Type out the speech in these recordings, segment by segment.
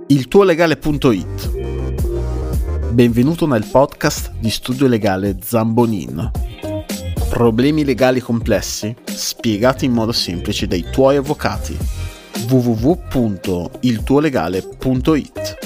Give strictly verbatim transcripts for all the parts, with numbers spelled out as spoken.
il tuo legale punto it. Benvenuto nel podcast di studio legale Zambonin. Problemi legali complessi spiegati in modo semplice dai tuoi avvocati. w w w punto il tuo legale punto it.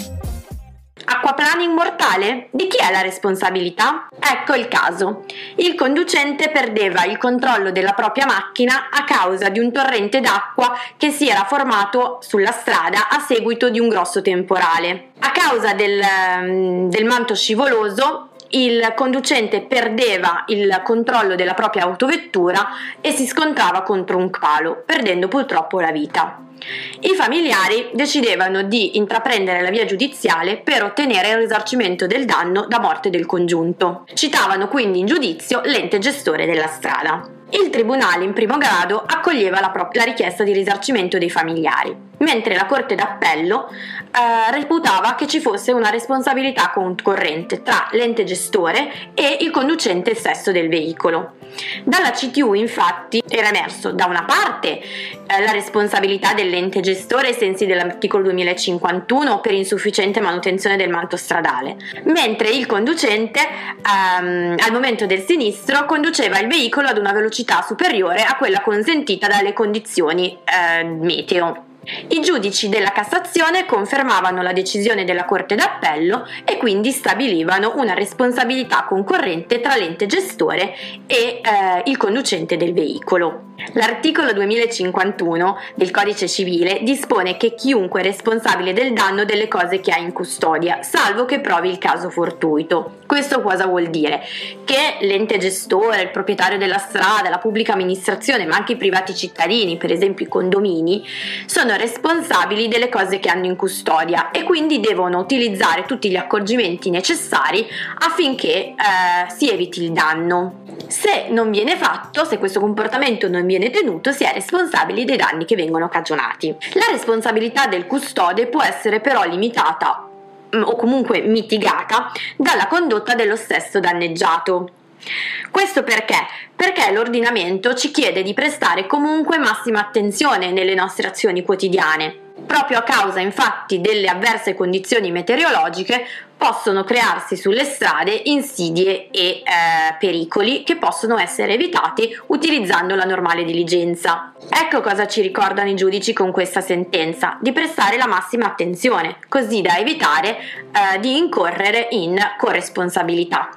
Acquaplaning mortale? Di chi è la responsabilità? Ecco il caso. Il conducente perdeva il controllo della propria macchina a causa di un torrente d'acqua che si era formato sulla strada a seguito di un grosso temporale. A causa del, del manto scivoloso, il conducente perdeva il controllo della propria autovettura e si scontrava contro un palo, perdendo purtroppo la vita. I familiari decidevano di intraprendere la via giudiziale per ottenere il risarcimento del danno da morte del congiunto. Citavano quindi in giudizio l'ente gestore della strada. Il tribunale in primo grado accoglieva la, pro- la richiesta di risarcimento dei familiari, mentre la Corte d'Appello eh, reputava che ci fosse una responsabilità concorrente tra l'ente gestore e il conducente stesso del veicolo. Dalla C T U infatti era emerso da una parte eh, la responsabilità dell'ente gestore ai sensi dell'articolo duemilacinquantuno per insufficiente manutenzione del manto stradale, mentre il conducente ehm, al momento del sinistro conduceva il veicolo ad una velocità superiore a quella consentita dalle condizioni eh, meteo. I giudici della Cassazione confermavano la decisione della Corte d'Appello e quindi stabilivano una responsabilità concorrente tra l'ente gestore e eh, il conducente del veicolo. L'articolo duemilacinquantuno del Codice Civile dispone che chiunque è responsabile del danno delle cose che ha in custodia, salvo che provi il caso fortuito. Questo cosa vuol dire? Che l'ente gestore, il proprietario della strada, la pubblica amministrazione, ma anche i privati cittadini, per esempio i condomini, sono responsabili delle cose che hanno in custodia e quindi devono utilizzare tutti gli accorgimenti necessari affinché eh, si eviti il danno. Se non viene fatto, se questo comportamento non viene tenuto, si è responsabili dei danni che vengono cagionati. La responsabilità del custode può essere però limitata o comunque mitigata dalla condotta dello stesso danneggiato. Questo perché? Perché l'ordinamento ci chiede di prestare comunque massima attenzione nelle nostre azioni quotidiane. Proprio a causa infatti delle avverse condizioni meteorologiche possono crearsi sulle strade insidie e eh, pericoli che possono essere evitati utilizzando la normale diligenza. Ecco cosa ci ricordano i giudici con questa sentenza: di prestare la massima attenzione, così da evitare eh, di incorrere in corresponsabilità.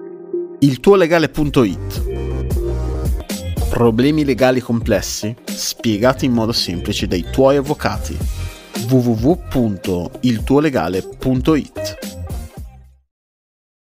il tuo legale punto it. Problemi legali complessi spiegati in modo semplice dai tuoi avvocati. w w w punto il tuo legale punto it.